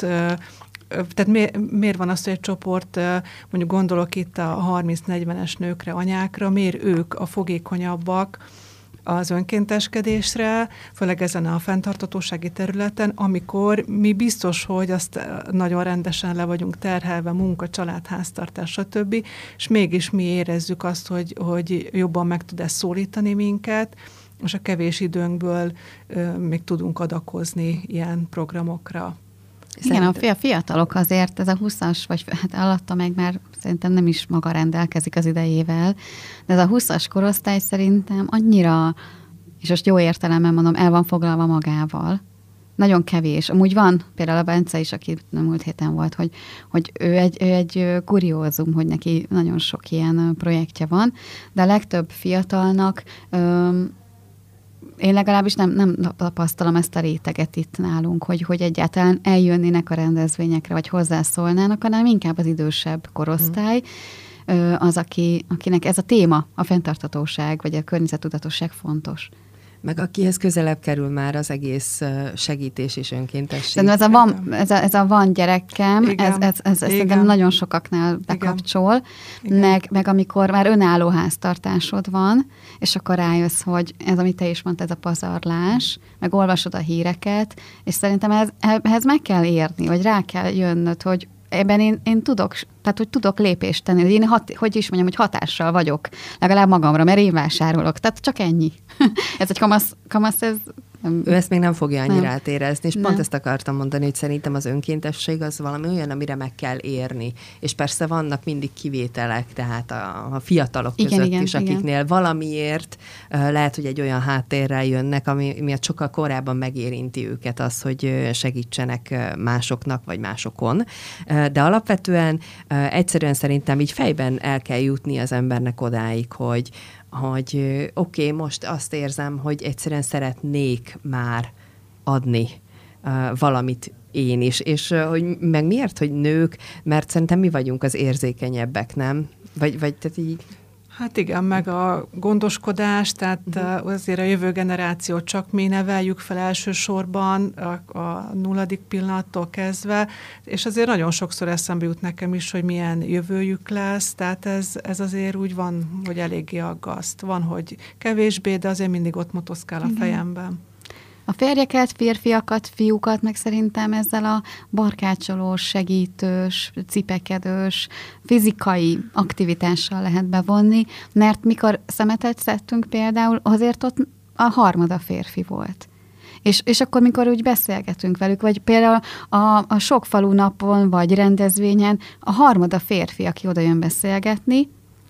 tehát miért van az, hogy egy csoport, mondjuk gondolok itt a 30-40-es nőkre, anyákra, miért ők a fogékonyabbak az önkénteskedésre, főleg ezen a fenntarthatósági területen, amikor mi biztos, hogy azt nagyon rendesen le vagyunk terhelve, munka, család, háztartás, stb., és mégis mi érezzük azt, hogy jobban meg tud ez szólítani minket, és a kevés időnkből még tudunk adakozni ilyen programokra. Igen, a fiatalok azért, ez a 20-as, vagy hát alatta meg már szerintem nem is maga rendelkezik az idejével, de ez a 20-as korosztály szerintem annyira, és most jó értelemben mondom, el van foglalva magával. Nagyon kevés. Amúgy van például a Bence is, aki múlt héten volt, hogy ő egy kuriózum, hogy neki nagyon sok ilyen projektje van, de a legtöbb fiatalnak én legalábbis nem tapasztalom ezt a réteget itt nálunk, hogy egyáltalán eljönnének a rendezvényekre, vagy hozzászólnának, hanem inkább az idősebb korosztály, az, akinek ez a téma, a fenntarthatóság, vagy a környezettudatosság fontos. Meg akihez közelebb kerül már az egész segítés és önkéntesség. Szerintem ez a van gyerekem, ez szerintem nagyon sokaknál bekapcsol, meg amikor már önálló háztartásod van, és akkor rájössz, hogy ez, amit te is mondtad, ez a pazarlás, meg olvasod a híreket, és szerintem ehhez meg kell érni, vagy rá kell jönnöd, hogy ebben én tudok, tehát hogy tudok lépést tenni, hogy én hogy hatással vagyok, legalább magamra, mert én vásárolok. Tehát csak ennyi. Ez egy kamasz ez... Ő ezt még nem fogja annyira átérezni, és pont ezt akartam mondani, hogy szerintem az önkéntesség az valami olyan, amire meg kell érni. És persze vannak mindig kivételek, tehát a fiatalok között is, akiknél valamiért lehet, hogy egy olyan háttérrel jönnek, ami miatt sokkal korábban megérinti őket az, hogy segítsenek másoknak, vagy másokon. De alapvetően egyszerűen szerintem így fejben el kell jutni az embernek odáig, hogy oké, most azt érzem, hogy egyszerűen szeretnék már adni valamit én is. És hogy meg miért, hogy nők, mert szerintem mi vagyunk az érzékenyebbek, nem? Vagy tehát így... Hát igen, meg a gondoskodás, tehát azért a jövő generációt csak mi neveljük fel elsősorban a 0. pillanattól kezdve, és azért nagyon sokszor eszembe jut nekem is, hogy milyen jövőjük lesz, tehát ez azért úgy van, hogy eléggé aggaszt. Van, hogy kevésbé, de azért mindig ott motoszkál a fejemben. A férjeket, férfiakat, fiúkat meg szerintem ezzel a barkácsolós, segítős, cipekedős, fizikai aktivitással lehet bevonni, mert mikor szemetet szedtünk például, azért ott a harmada férfi volt. És akkor, mikor úgy beszélgetünk velük, vagy például a sok falu napon, vagy rendezvényen, a harmada férfi, aki oda jön beszélgetni,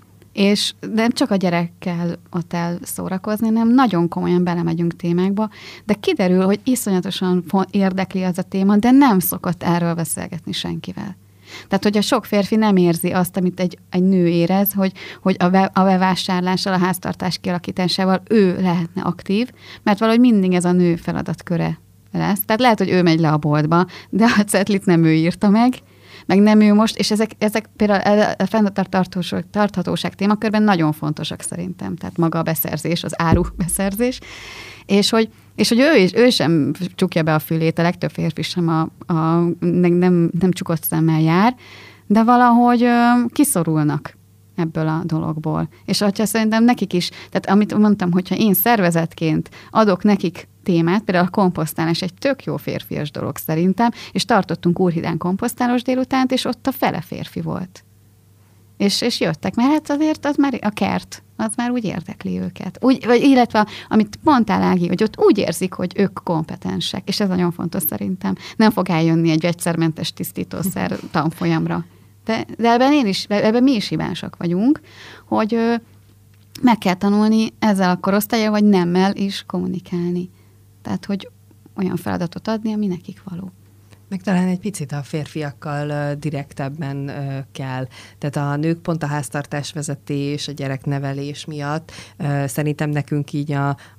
és nem csak a gyerekkel ott elszórakozni, hanem nagyon komolyan belemegyünk témákba, de kiderül, hogy iszonyatosan érdekli az a téma, de nem szokott erről beszélgetni senkivel. Tehát, hogy a sok férfi nem érzi azt, amit egy nő érez, hogy a bevásárlással, a háztartás kialakításával ő lehetne aktív, mert valahogy mindig ez a nő feladatköre lesz. Tehát lehet, hogy ő megy le a boltba, de a cetlit nem ő írta meg nem ő most, és ezek például a fenntarthatóság témakörben nagyon fontosak szerintem. Tehát maga a beszerzés, az áru beszerzés, és hogy ő sem csukja be a fülét, a legtöbb férfi sem nem csukott szemmel jár, de valahogy kiszorulnak ebből a dologból. És hogyha szerintem nekik is, tehát amit mondtam, hogyha én szervezetként adok nekik témát, például a komposztálás egy tök jó férfias dolog szerintem, és tartottunk Úrhidán komposztálós délutánt, és ott a fele férfi volt. És jöttek, mert hát azért az már a kert, az már úgy érdekli őket. Illetve, amit mondtál, Ági, hogy ott úgy érzik, hogy ők kompetensek, és ez nagyon fontos szerintem. Nem fog eljönni egy vegyszermentes tisztítószer tanfolyamra. De ebben mi is hibásak vagyunk, hogy meg kell tanulni ezzel a korosztállyal, vagy nemmel is kommunikálni. Tehát, hogy olyan feladatot adni, ami nekik való. Meg talán egy picit a férfiakkal direktebben kell. Tehát a nők pont a háztartásvezetés, a gyereknevelés miatt szerintem nekünk így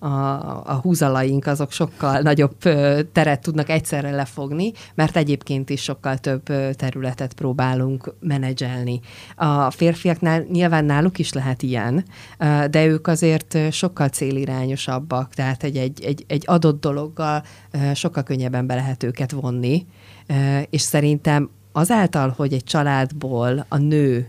a húzalaink azok sokkal nagyobb teret tudnak egyszerre lefogni, mert egyébként is sokkal több területet próbálunk menedzselni. A férfiaknál nyilván náluk is lehet ilyen, de ők azért sokkal célirányosabbak, tehát egy adott dologgal sokkal könnyebben be lehet őket vonni, és szerintem azáltal, hogy egy családból a nő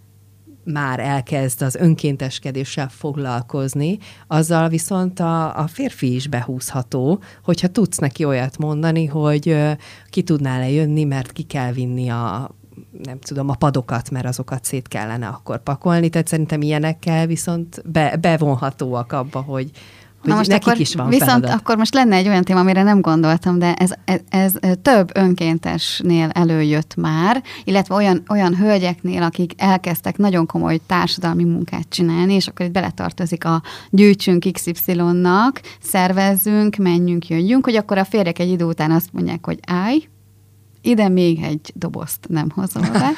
már elkezd az önkénteskedéssel foglalkozni, azzal viszont a férfi is behúzható, hogyha tudsz neki olyat mondani, hogy ki tudnál-e jönni, mert ki kell vinni a padokat, mert azokat szét kellene akkor pakolni. Tehát szerintem ilyenekkel viszont bevonhatóak abba, hogy most nekik is van viszont feladat. Akkor most lenne egy olyan téma, amire nem gondoltam, de ez több önkéntesnél előjött már, illetve olyan hölgyeknél, akik elkezdtek nagyon komoly társadalmi munkát csinálni, és akkor itt beletartozik a gyűjtsünk XY-nak, szervezzünk, menjünk, jöjjünk, hogy akkor a férjek egy idő után azt mondják, hogy állj, ide még egy dobozt nem hozol be.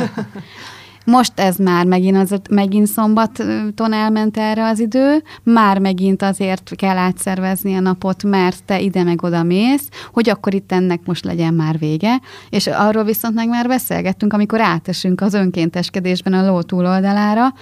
Most ez már megint szombaton elment erre az idő, már megint azért kell átszervezni a napot, mert te ide meg oda mész, hogy akkor itt ennek most legyen már vége. És arról viszont meg már beszélgettünk, amikor átesünk az önkénteskedésben a ló túloldalára,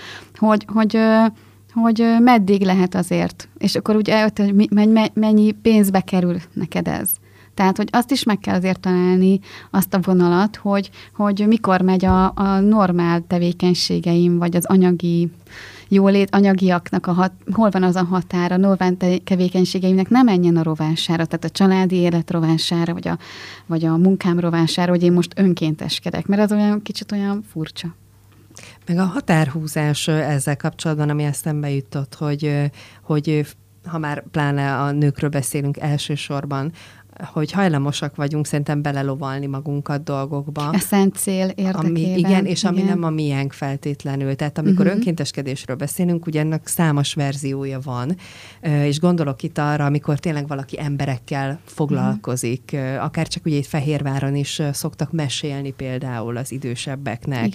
hogy meddig lehet azért. És akkor ugye mennyi pénzbe kerül neked ez. Tehát, hogy azt is meg kell azért találni, azt a vonalat, hogy mikor megy a normál tevékenységeim, vagy az anyagi jólét, anyagiaknak, hol van az a határ, a normál tevékenységeimnek nem menjen a rovására, tehát a családi élet rovására, vagy a munkám rovására, hogy én most önkénteskedek, mert az olyan kicsit olyan furcsa. Meg a határhúzás ezzel kapcsolatban, ami eszembe jutott, hogy ha már pláne a nőkről beszélünk elsősorban, hogy hajlamosak vagyunk szerintem belelovalni magunkat dolgokba. A szent cél érdekében. Igen, és ami nem a miénk feltétlenül. Tehát amikor önkénteskedésről beszélünk, ugye ennek számos verziója van, és gondolok itt arra, amikor tényleg valaki emberekkel foglalkozik, akár csak ugye itt Fehérváron is szoktak mesélni például az idősebbeknek.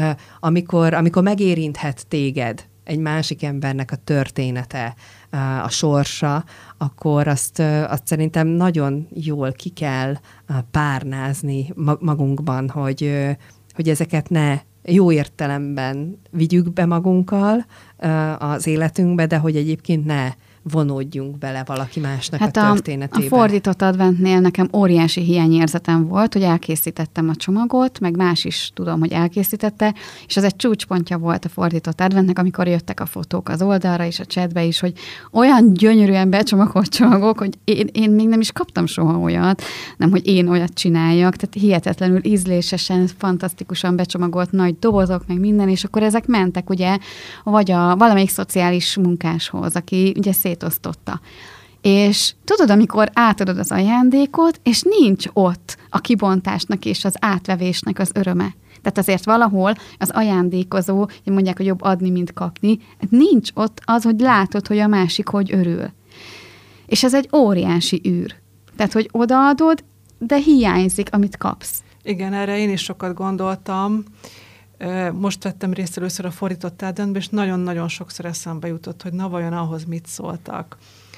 Amikor megérinthet téged egy másik embernek a története, a sorsa, akkor azt szerintem nagyon jól ki kell párnázni magunkban, hogy ezeket ne jó értelemben vigyük be magunkkal az életünkbe, de hogy egyébként ne vonódjunk bele valaki másnak a történetébe. A fordított adventnél nekem óriási hiányérzetem volt, hogy elkészítettem a csomagot, meg más is tudom, hogy elkészítette, és az egy csúcspontja volt a fordított adventnek, amikor jöttek a fotók az oldalra és a chatbe is, hogy olyan gyönyörűen becsomagolt csomagok, hogy én még nem is kaptam soha olyat, nem, hogy én olyat csináljak, tehát hihetetlenül ízlésesen, fantasztikusan becsomagolt nagy dobozok, meg minden, és akkor ezek mentek ugye, vagy valamelyik szociális munkáshoz, aki ugye szétosztotta. És tudod, amikor átadod az ajándékot, és nincs ott a kibontásnak és az átvevésnek az öröme. Tehát azért valahol az ajándékozó, mondják, hogy jobb adni, mint kapni, nincs ott az, hogy látod, hogy a másik hogy örül. És ez egy óriási űr. Tehát, hogy odaadod, de hiányzik, amit kapsz. Igen, erre én is sokat gondoltam. Most vettem részt először a fordított átdöntőben, és nagyon-nagyon sokszor eszembe jutott, hogy na vajon ahhoz mit szóltak.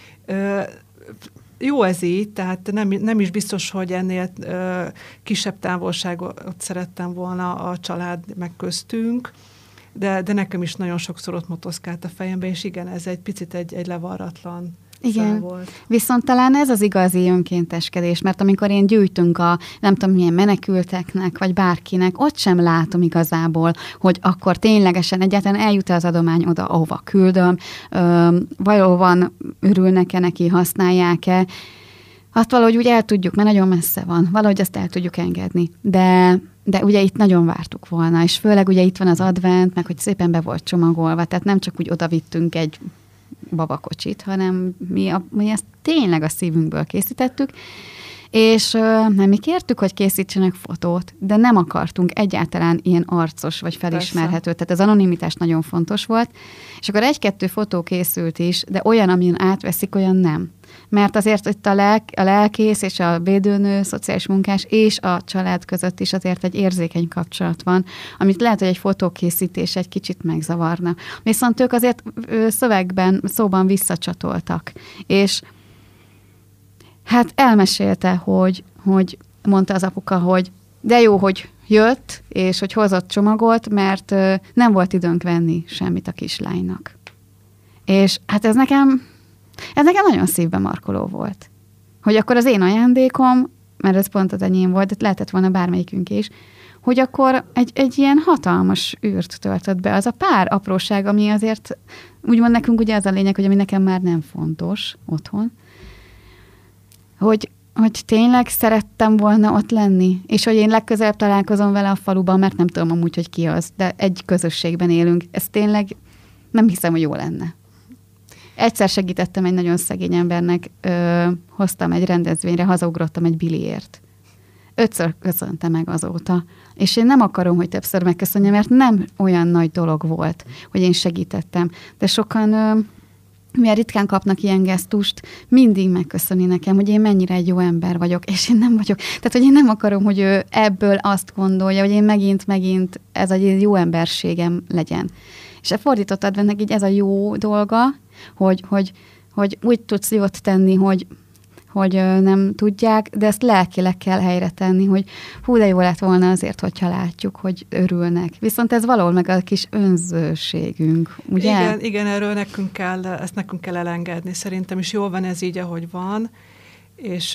Jó ez így, tehát nem is biztos, hogy ennél kisebb távolságot szerettem volna a család meg köztünk, de nekem is nagyon sokszor ott motoszkált a fejembe, és igen, ez egy picit egy levarratlan igen. volt. Viszont talán ez az igazi önkénteskedés, mert amikor én gyűjtünk a nem tudom milyen menekülteknek, vagy bárkinek, ott sem látom igazából, hogy akkor ténylegesen egyáltalán eljut az adomány oda, ahova küldöm, valóban örülnek-e neki, használják-e. Azt valahogy úgy el tudjuk, mert nagyon messze van, valahogy azt el tudjuk engedni. De ugye itt nagyon vártuk volna, és főleg ugye itt van az advent, meg hogy szépen be volt csomagolva, tehát nem csak úgy odavittünk egy babakocsit, hanem mi ezt tényleg a szívünkből készítettük, és mi kértük, hogy készítsenek fotót, de nem akartunk egyáltalán ilyen arcos vagy felismerhető, tehát az anonimitás nagyon fontos volt, és akkor 1-2 fotó készült is, de olyan, amin átveszik, olyan nem. Mert azért itt a lelkész és a védőnő, szociális munkás és a család között is azért egy érzékeny kapcsolat van, amit lehet, hogy egy fotókészítés egy kicsit megzavarna. Viszont ők azért szövegben, szóban visszacsatoltak. És hát elmesélte, hogy mondta az apuka, hogy de jó, hogy jött, és hogy hozott csomagot, mert nem volt időnk venni semmit a kislánynak. És hát ez nekem nagyon szívbe markoló volt. Hogy akkor az én ajándékom, mert ez pont az enyém volt, de lehetett volna bármelyikünk is, hogy akkor egy ilyen hatalmas űrt töltött be. Az a pár apróság, ami azért, úgymond nekünk ugye az a lényeg, hogy ami nekem már nem fontos otthon, hogy tényleg szerettem volna ott lenni, és hogy én legközelebb találkozom vele a faluban, mert nem tudom amúgy, hogy ki az, de egy közösségben élünk. Ez tényleg nem hiszem, hogy jó lenne. Egyszer segítettem egy nagyon szegény embernek, hoztam egy rendezvényre, hazaugrottam egy biliért. 5-ször köszönte meg azóta. És én nem akarom, hogy többször megköszönje, mert nem olyan nagy dolog volt, hogy én segítettem. De sokan, mivel ritkán kapnak ilyen gesztust, mindig megköszöni nekem, hogy én mennyire egy jó ember vagyok, és én nem vagyok. Tehát, hogy én nem akarom, hogy ő ebből azt gondolja, hogy én megint ez egy jó emberségem legyen. És a fordított adventnek így ez a jó dolga, hogy úgy tudsz jót tenni, hogy nem tudják, de ezt lelkileg kell helyre tenni, hogy hú, de jó lett volna azért, hogyha látjuk, hogy örülnek. Viszont ez valahol meg a kis önzőségünk, ugye? Igen, erről nekünk kell elengedni. Szerintem is jól van ez így, ahogy van, és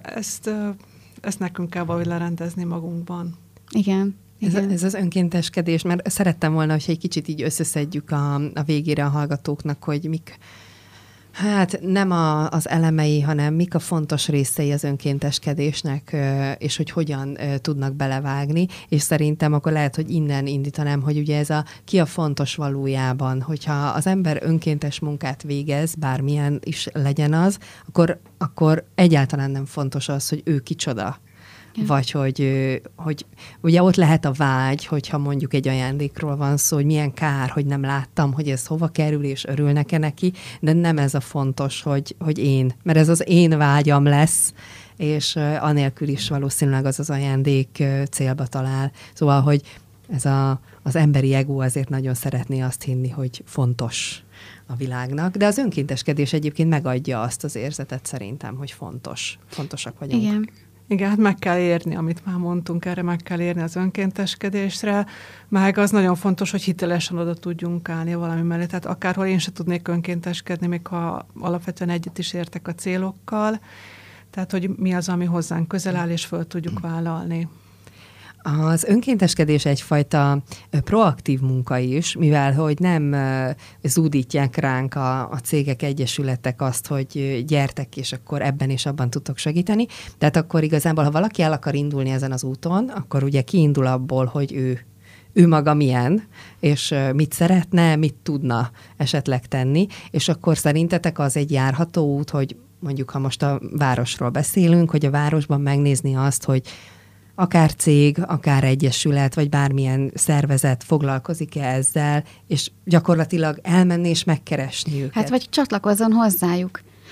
ezt nekünk kell valahogy lerendezni magunkban. Igen. Ez az önkénteskedés, mert szerettem volna, hogyha egy kicsit így összeszedjük a végére a hallgatóknak, hogy mik, hát nem az elemei, hanem mik a fontos részei az önkénteskedésnek, és hogy hogyan tudnak belevágni, és szerintem akkor lehet, hogy innen indítanám, hogy ugye ez ki a fontos valójában, hogyha az ember önkéntes munkát végez, bármilyen is legyen az, akkor egyáltalán nem fontos az, hogy ő kicsoda. Ja. Vagy hogy ugye ott lehet a vágy, hogyha mondjuk egy ajándékról van szó, hogy milyen kár, hogy nem láttam, hogy ez hova kerül, és örülnek-e neki, de nem ez a fontos, hogy én, mert ez az én vágyam lesz, és anélkül is valószínűleg az ajándék célba talál. Szóval, hogy ez az emberi ego azért nagyon szeretné azt hinni, hogy fontos a világnak, de az önkénteskedés egyébként megadja azt az érzetet szerintem, hogy fontosak vagyunk. Igen, hát meg kell érni, amit már mondtunk, erre meg kell érni az önkénteskedésre, meg az nagyon fontos, hogy hitelesen oda tudjunk állni valami mellé. Tehát akárhol én se tudnék önkénteskedni, még ha alapvetően egyet is értek a célokkal, tehát hogy mi az, ami hozzánk közel áll, és föl tudjuk vállalni. Az önkénteskedés egyfajta proaktív munka is, mivel hogy nem zúdítják ránk a cégek, egyesületek azt, hogy gyertek, és akkor ebben és abban tudtok segíteni. Tehát akkor igazából, ha valaki el akar indulni ezen az úton, akkor ugye kiindul abból, hogy ő maga milyen, és mit szeretne, mit tudna esetleg tenni, és akkor szerintetek az egy járható út, hogy mondjuk, ha most a városról beszélünk, hogy a városban megnézni azt, hogy akár cég, akár egyesület, vagy bármilyen szervezet foglalkozik-e ezzel, és gyakorlatilag elmenni és megkeresni őket. Hát vagy csatlakozzon hozzájuk.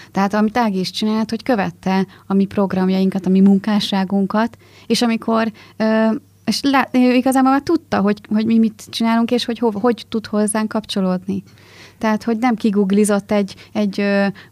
Tehát amit Ági is csinált, hogy követte a mi programjainkat, a mi munkásságunkat, és amikor és ő igazából már tudta, hogy mi mit csinálunk, és hogy tud hozzánk kapcsolódni. Tehát, hogy nem kiguglizott egy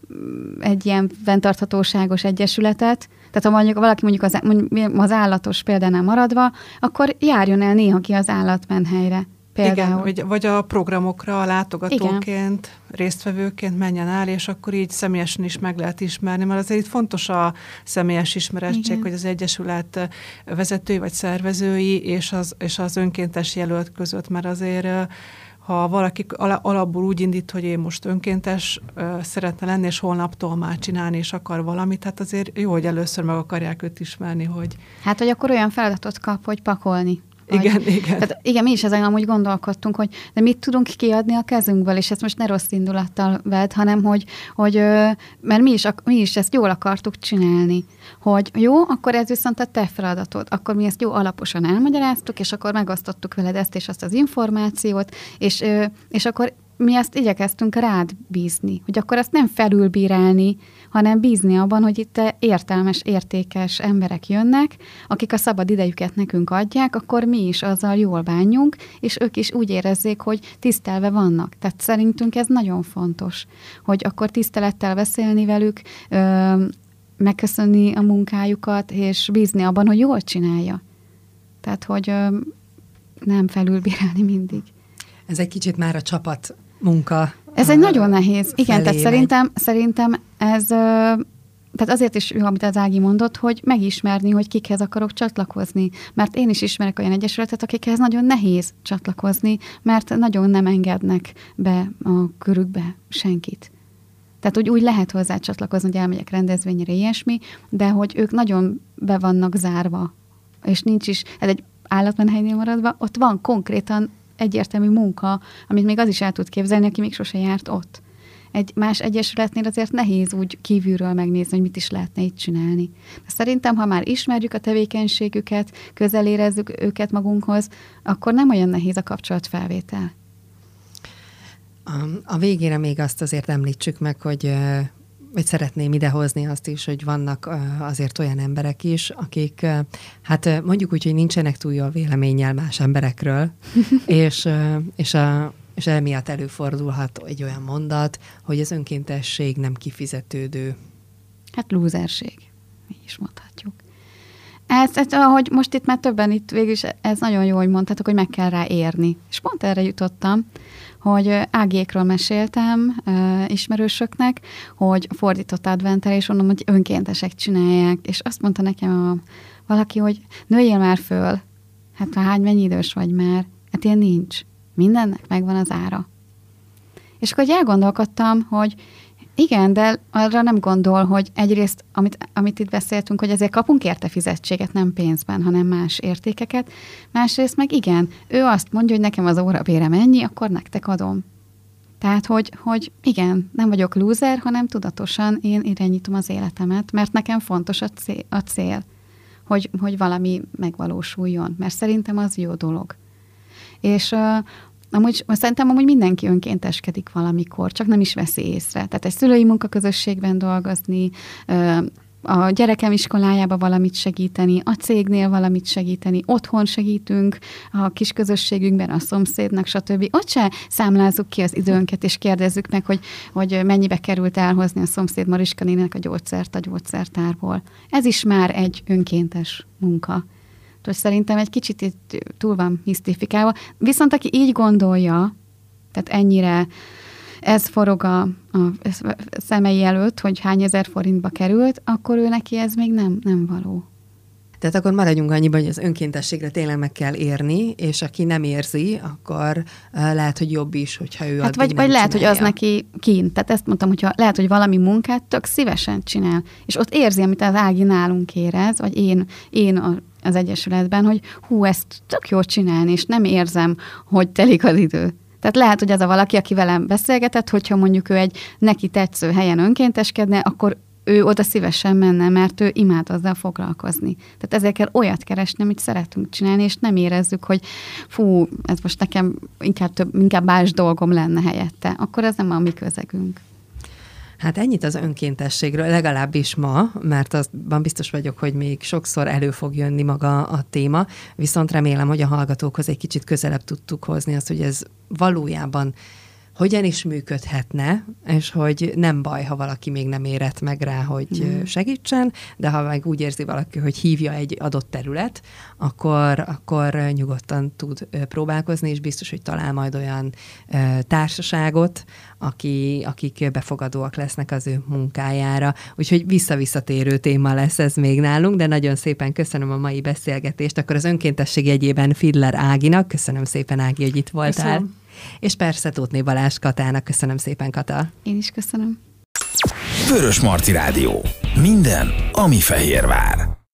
ilyen fenntarthatóságos egyesületet, tehát ha mondjuk valaki az állatos példánál maradva, akkor járjon el néha ki az állatmenhelyre. Például. Igen, vagy a programokra látogatóként, igen, résztvevőként menjen el, és akkor így személyesen is meg lehet ismerni, mert azért itt fontos a személyes ismerettség, igen, hogy az egyesület vezetői vagy szervezői és az önkéntes jelölt között, mert azért ha valaki alapból úgy indít, hogy én most önkéntes szeretne lenni, és holnaptól már csinálni, és akar valamit, hát azért jó, hogy először meg akarják őt ismerni, hogy... Hát, hogy akkor olyan feladatot kap, hogy pakolni. Igen. Tehát igen, mi is ezen amúgy gondolkodtunk, hogy de mit tudunk kiadni a kezünkből, és ezt most ne rossz indulattal vedd, hanem hogy mert mi is ezt jól akartuk csinálni, hogy jó, akkor ez viszont a te feladatod, akkor mi ezt jó alaposan elmagyaráztuk, és akkor megosztottuk veled ezt és azt az információt, és akkor mi ezt igyekeztünk rád bízni, hogy akkor ezt nem felülbírálni, hanem bízni abban, hogy itt értelmes, értékes emberek jönnek, akik a szabad idejüket nekünk adják, akkor mi is azzal jól bánjunk, és ők is úgy érezzék, hogy tisztelve vannak. Tehát szerintünk ez nagyon fontos, hogy akkor tisztelettel beszélni velük, megköszönni a munkájukat, és bízni abban, hogy jól csinálja. Tehát, hogy nem felülbírálni mindig. Ez egy kicsit már a csapat munka. Ez egy nagyon nehéz. Igen, tehát szerintem ez, tehát azért is jó, amit az Ági mondott, hogy megismerni, hogy kikhez akarok csatlakozni. Mert én is ismerek olyan egyesületet, akikhez nagyon nehéz csatlakozni, mert nagyon nem engednek be a körükbe senkit. Tehát úgy lehet hozzá csatlakozni, hogy elmegyek rendezvényre, ilyesmi, de hogy ők nagyon be vannak zárva. És nincs is, ez egy állatmenhelynél maradva, ott van konkrétan egyértelmű munka, amit még az is el tud képzelni, aki még sose járt ott. Egy más egyesületnél azért nehéz úgy kívülről megnézni, hogy mit is lehetne itt csinálni. De szerintem, ha már ismerjük a tevékenységüket, közel érezzük őket magunkhoz, akkor nem olyan nehéz a kapcsolatfelvétel. A végére még azt azért említsük meg, hogy szeretném idehozni azt is, hogy vannak azért olyan emberek is, akik, hát mondjuk úgy, hogy nincsenek túl jó véleménnyel más emberekről, és emiatt előfordulhat egy olyan mondat, hogy az önkéntesség nem kifizetődő. Hát lúzerség, így is mondhatjuk. Ez, ahogy most itt már többen itt végül is, ez nagyon jó, hogy mondtátok, hogy meg kell rá érni. És pont erre jutottam, hogy Ágiékról meséltem ismerősöknek, hogy fordított adventre, és mondom, hogy önkéntesek csinálják, és azt mondta nekem valaki, hogy nőjél már föl, hát mennyi idős vagy már, hát ilyen nincs. Mindennek megvan az ára. És akkor elgondolkodtam, hogy igen, de arra nem gondol, hogy egyrészt, amit itt beszéltünk, hogy ezért kapunk érte fizetséget, nem pénzben, hanem más értékeket. Másrészt meg igen, ő azt mondja, hogy nekem az órabérem ennyi, akkor nektek adom. Tehát, hogy igen, nem vagyok lúzer, hanem tudatosan én irányítom az életemet, mert nekem fontos a cél, hogy valami megvalósuljon, mert szerintem az jó dolog. És szerintem amúgy mindenki önkénteskedik valamikor, csak nem is veszi észre. Tehát egy szülői munkaközösségben dolgozni, a gyerekem iskolájába valamit segíteni, a cégnél valamit segíteni, otthon segítünk, a kis közösségünkben, a szomszédnak, stb. Ott se számlázzuk ki az időnket, és kérdezzük meg, hogy mennyibe került elhozni a szomszéd Mariska néninek a gyógyszert a gyógyszertárból. Ez is már egy önkéntes munka. Szerintem egy kicsit itt túl van misztifikálva. Viszont aki így gondolja, tehát ennyire ez forog a szemei előtt, hogy hány ezer forintba került, akkor ő neki ez még nem való. Tehát akkor maradjunk annyiban, hogy az önkéntességre tényleg meg kell érni, és aki nem érzi, akkor lehet, hogy jobb is, hogyha ő hát vagy lehet, hogy az neki kint. Tehát ezt mondtam, hogyha lehet, hogy valami munkát tök szívesen csinál, és ott érzi, amit az Ági nálunk érez, vagy én az egyesületben, hogy ezt tök jól csinálni, és nem érzem, hogy telik az idő. Tehát lehet, hogy az a valaki, aki velem beszélgetett, hogyha mondjuk ő egy neki tetsző helyen önkénteskedne, akkor ő oda szívesen menne, mert ő imád azzal foglalkozni. Tehát ezért kell olyat keresni, amit szeretünk csinálni, és nem érezzük, hogy ez most nekem inkább más dolgom lenne helyette. Akkor ez nem a mi közegünk. Hát ennyit az önkéntességről, legalábbis ma, mert azban biztos vagyok, hogy még sokszor elő fog jönni maga a téma, viszont remélem, hogy a hallgatókhoz egy kicsit közelebb tudtuk hozni azt, hogy ez valójában hogyan is működhetne, és hogy nem baj, ha valaki még nem érett meg rá, hogy segítsen, de ha meg úgy érzi valaki, hogy hívja egy adott terület, akkor nyugodtan tud próbálkozni, és biztos, hogy talál majd olyan társaságot, akik befogadóak lesznek az ő munkájára. Úgyhogy visszavisszatérő téma lesz ez még nálunk, de nagyon szépen köszönöm a mai beszélgetést. Akkor az önkéntesség jegyében Fidler Áginak, köszönöm szépen, Ági, hogy itt voltál. Köszönöm. És persze Tóthné Balázs Katának. Köszönöm szépen, Kata. Én is köszönöm. Vörösmarty Rádió. Minden, ami Fehérvár.